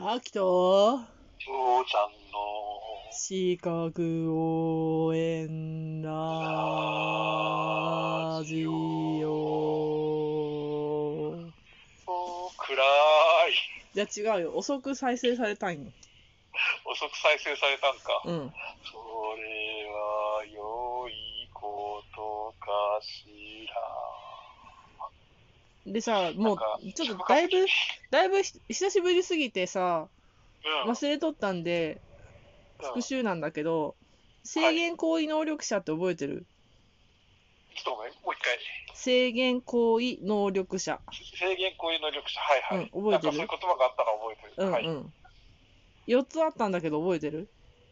きた父ちゃんの資格応援ラジオ。 暗い。 いや違うよ、遅く再生されたんよ。 遅く再生されたんか。 うん。 それは良いことかしら。 でさ、もうちょっとだいぶ久しぶりすぎてさ、忘れとったんで復習なんだけど、制限行為能力者って覚えてる？ ちょっとごめん、もう一回。 制限行為能力者。 制限行為能力者、はいはい。 覚えてる？ なんかそういう言葉があったの覚えてる。はい。 4つあったんだけど覚えてる？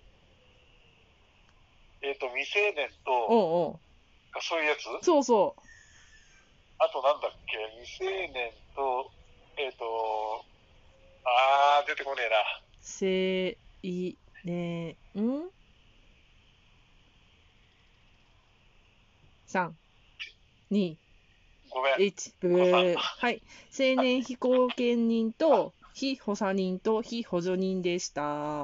未成年と、そういうやつ？ そうそう。 あとなんだっけ、未成年と、出てこねえな。 青年3、2、 ごめん。 1、ブー。はい。青年非後見人と非補佐人と非補助人でした。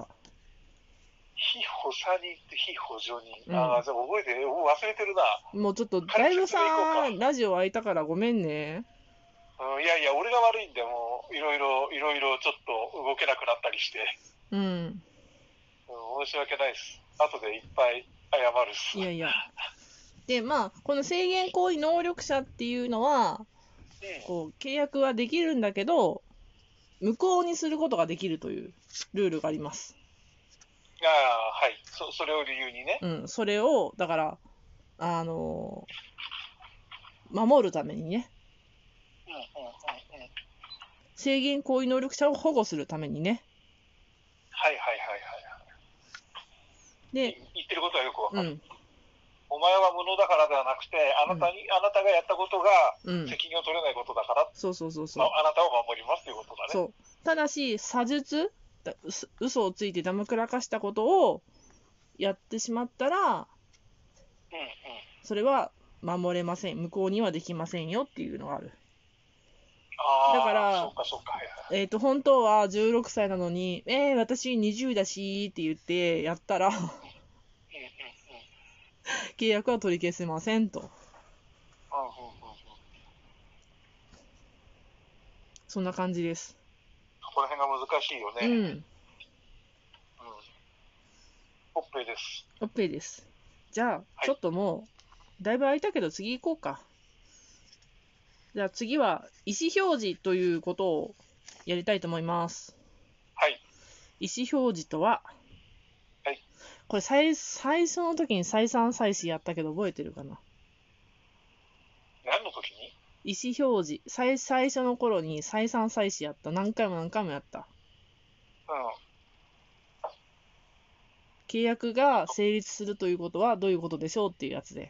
非補佐人って非補助人。 じゃあ覚えて、忘れてるな。 もうちょっとだいぶさ、ラジオ空いたからごめんね。 いやいや、俺が悪いんで、もういろいろちょっと動けなくなったりして。申し訳ないです。後でいっぱい謝るっす。 いやいや。で、この制限行為能力者っていうのは、こう契約はできるんだけど、無効にすることができるというルールがあります。 はい。それを理由にね。 それを、だから、守るためにね。制限行為能力者を保護するためにね。 はい。で、言ってることはよくわかる。お前は無能だからではなくて、あなたがやったことが責任を取れないことだから、あなたを守りますということだね。 そう。ただし、詐術、嘘をついてだまくらかしたことをやってしまったら、それは守れません。無効にはできませんよっていうのがある。だから、本当は16歳なのに、私20だしって言ってやったら、契約は取り消せませんと。そんな感じです。 この辺が難しいよね。OK です。 OK です。じゃあ、ちょっともう、だいぶ空いたけど次行こうか。じゃあ次は、意思表示ということをやりたいと思います。 はい。 意思表示とは、これ最初の時に再三再四やったけど覚えてるかな？ 何の時に？ 意思表示。最初の頃に再三再四やった。何回もやった。契約が成立するということはどういうことでしょうっていうやつで。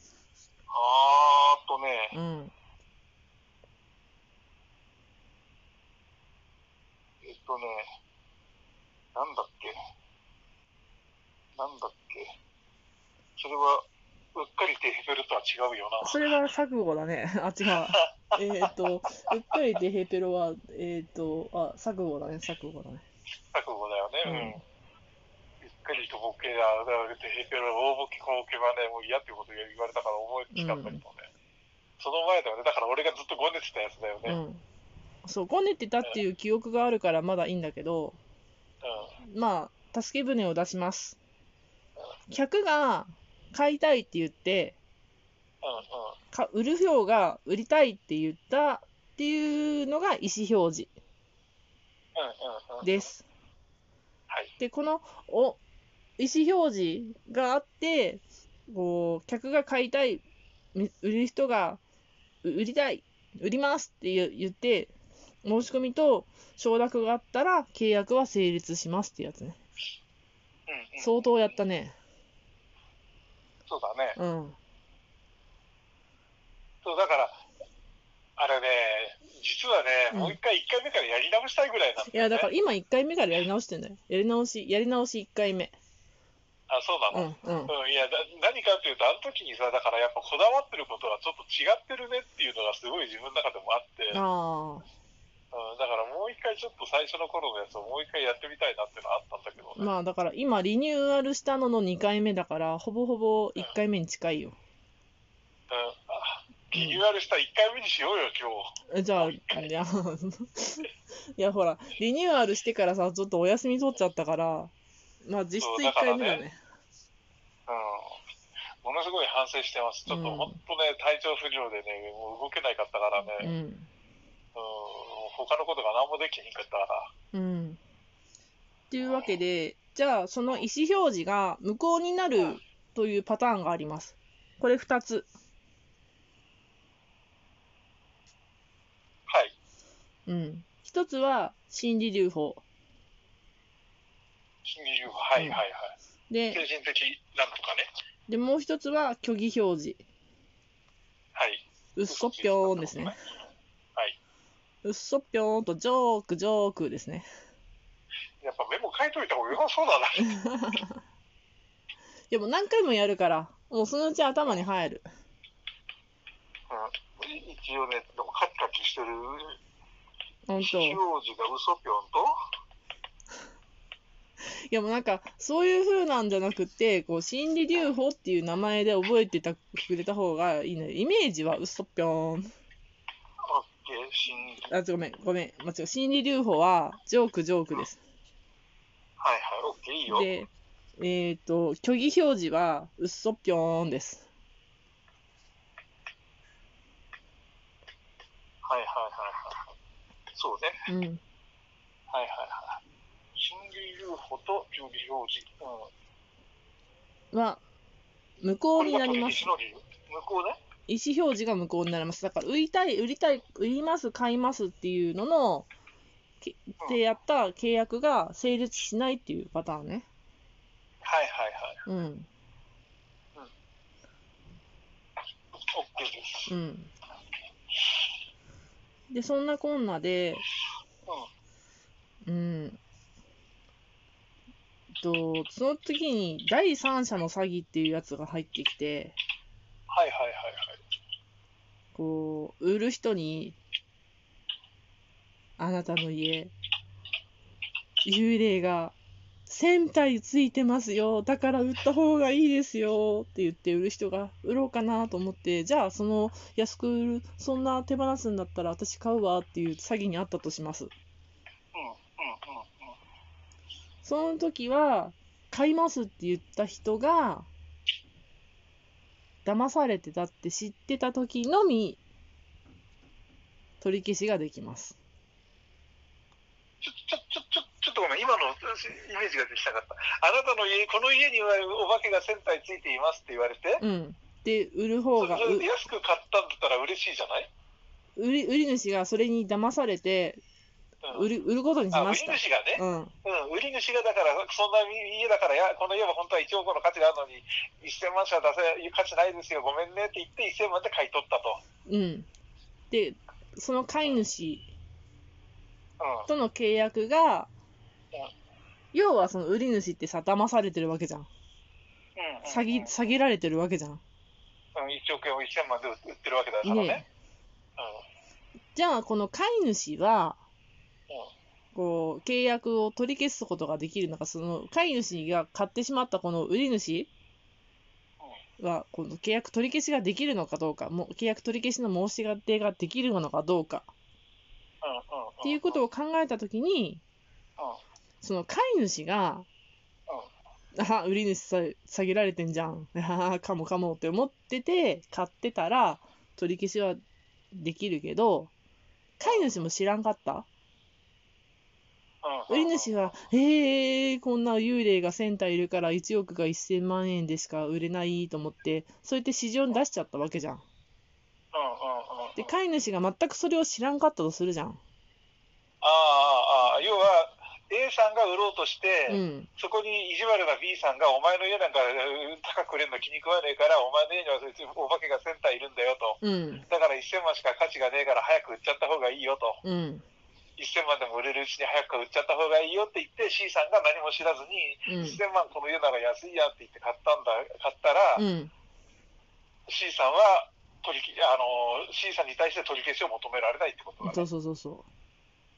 なんだっけ。それは、うっかりテヘペロとは違うよな。 それは錯誤だね。あ、違う。うっかりテヘペロは、錯誤だね。 錯誤だよね。うっかりとボケだ、テヘペロ、大ボケ、小ボケはね、もう嫌っていうこと言われたから覚えてきたんだけどね。その前だよね。だから俺がずっとごねてたやつだよね。 そう、ごねてたっていう記憶があるからまだいいんだけど、助け舟を出します。客が買いたいって言って、売る方が売りたいって言ったっていうのが意思表示です。で、この意思表示があって、客が買いたい、売る人が売りたい、売りますって言って、申し込みと承諾があったら契約は成立しますってやつね。相当やったね。 そうだね。そうだから、あれね、実はね、もう1回目からやり直したいぐらいなんだよね。 いや、だから今1回目からやり直してんだよ。やり直し1回目。 そうなの？いや、何かっていうと、あの時にさ、だからやっぱこだわってることはちょっと違ってるねっていうのがすごい自分の中でもあって。 だからもう一回ちょっと最初の頃のやつをもう一回やってみたいなっていうのはあったんだけどね。 まあだから今リニューアルしたのの2回目だからほぼほぼ1回目に近いよ。 リニューアルした1回目にしようよ、今日。 じゃあ、いやほら、リニューアルしてからさ、ちょっとお休み取っちゃったから、まあ実質1回目だね。 ものすごい反省してます。ちょっと本当ね、体調不良でね、もう動けなかったからね。他のことが何もできへんかったから。 っていうわけで、じゃあその意思表示が無効になるというパターンがあります。これ2つ。 はい。 一つは心理留保。 心理留保、はいはいはい。 で、 精神的なんとかね。 で、もう一つは虚偽表示。 はい。 うっそっぴょーんですね。 はい。 うっそっぴょーんとジョークですね。 やっぱメモ書いといた方が良さそうだな。 でも何回もやるから、もうそのうち頭に入る。 一応ね、でもカキカキしてる。 本当。 表示がうそぴょんと。 いやもうなんかそういう風なんじゃなくて、こう心理留保っていう名前で覚えてくれた方がいいね。イメージはうそぴょん。ごめん、間違え。心理留保はジョークです。 はいはい、オッケー、いいよ。 で、虚偽表示はうっそぴょんです。 はいはいはいはい。そうね。はいはいはい。心理留保と虚偽表示。 は無効になります。 無効ね。 意思表示が無効になります。だから売ります、買いますっていうののでやった契約が成立しないっていうパターンね。 はいはいはい。OK です。 で、そんなこんなで、その時に第三者の詐欺っていうやつが入ってきて、こう、売る人に、あなたの家、幽霊が1000体ついてますよ。だから売った方がいいですよ。って言って売る人が売ろうかなと思って、じゃあその安く売る、そんな手放すんだったら私買うわっていう詐欺にあったとします。その時は、買いますって言った人が、騙されてたって知ってた時のみ、取り消しができます。 ちょっとごめん、今のイメージができなかった。あなたの家、この家にはお化けが1000体ついていますって言われて、 で、売る方が。 安く買ったんだったら嬉しいじゃない？ 売り主がそれに騙されて、売ることにしました。 売り主がね。売り主がだから、そんな家だから、この家は本当は1億の価値があるのに、1000万しか出せ価値ないですよ、ごめんねって言って1000万で買い取ったと。 で、その買い主との契約が、要はその売り主ってさ、騙されてるわけじゃん。詐欺られてるわけじゃん。1 億円を1000万で売ってるわけだからね。 じゃあ、この買い主は、こう、契約を取り消すことができるのか、その買い主が買ってしまったこの売り主は、この契約取り消しができるのかどうか、契約取り消しの申し出ができるのかどうか、っていうことを考えたときに、その買い主が、売り主詐欺られてんじゃん。かもって思ってて、買ってたら、取り消しはできるけど、買い主も知らんかった。売り主は、こんな幽霊が1000体いるから1億が1000万円でしか売れないと思って、そうやって市場に出しちゃったわけじゃん。で、買い主が全くそれを知らんかったとするじゃん。 要は、A さんが売ろうとして、そこに意地悪な B さんが、お前の家なんか高く売れるの気に食わねえから、お前の家にはお化けが1000体いるんだよと。だから1000万しか価値がねえから早く売っちゃった方がいいよと。1000万でも売れるうちに早く売っちゃった方がいいよって言って、C さんが何も知らずに、1000万この家なら安いやって言って買ったら、C さんはC さんに対して取り消しを求められないってことだね。 そう。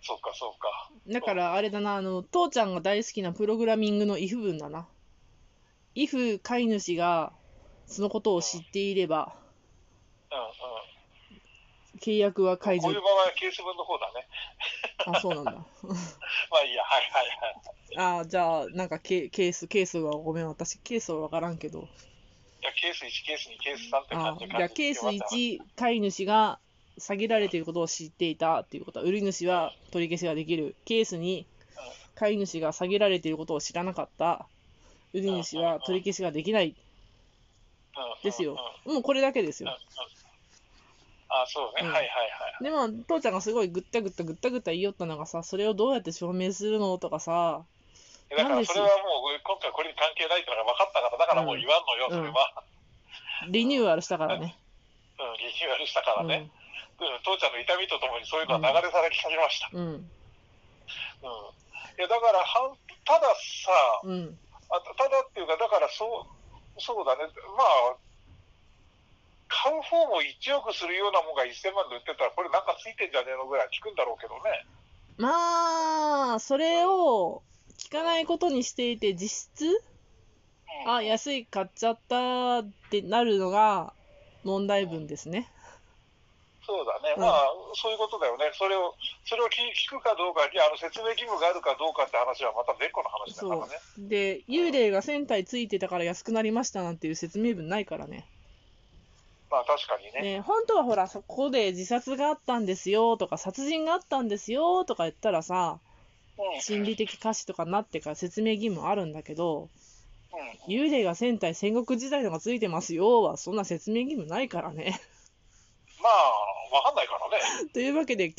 そうか、そうか。 だからあれだな、父ちゃんが大好きなプログラミングの if 文だな。if 飼い主がそのことを知っていれば、 うんうん。 契約は解除。 こういう場合はケース文の方だね。 あ、そうなんだ。 まあいいや、はいはいはい。 あ、じゃあ、なんかケースはごめん、私ケースはわからんけど。 いや、ケース1、ケース2、ケース3って感じで。 じゃあケース1、飼い主が下げられていることを知っていたっていうことは、売り主は取り消しができる。ケース2、飼い主が下げられていることを知らなかった。売り主は取り消しができない。ですよ。もうこれだけですよ。 あ、そうね。はいはいはい。 でも、父ちゃんがすごいぐったぐった言いよったのがさ、それをどうやって証明するのとかさ、 だからそれはもう今回これに関係ないってのが分かったから、だからもう言わんのよ、それは。 リニューアルしたからね。 リニューアルしたからね。父ちゃんの痛みとともにそういうのは流れされ始めました。いや、だからたださ、ただっていうか、だからそうだね、まあ、買う方も1億するようなもんが1000万で売ってたら、これなんかついてんじゃねえのぐらい聞くんだろうけどね。 まあ、それを聞かないことにしていて、実質、安い買っちゃったってなるのが問題文ですね。 そうだね、まあ、そういうことだよね。それを聞くかどうか、説明義務があるかどうかって話はまた別個の話だからね。 で、幽霊が1000体ついてたから安くなりましたなんていう説明文ないからね。 まあ確かにね。 本当はほら、そこで自殺があったんですよとか、殺人があったんですよとか言ったらさ、心理的歌詞とかなってから説明義務あるんだけど、幽霊が1000体戦国時代のがついてますよは、そんな説明義務ないからね。 まあ、わかんないからね。 というわけで、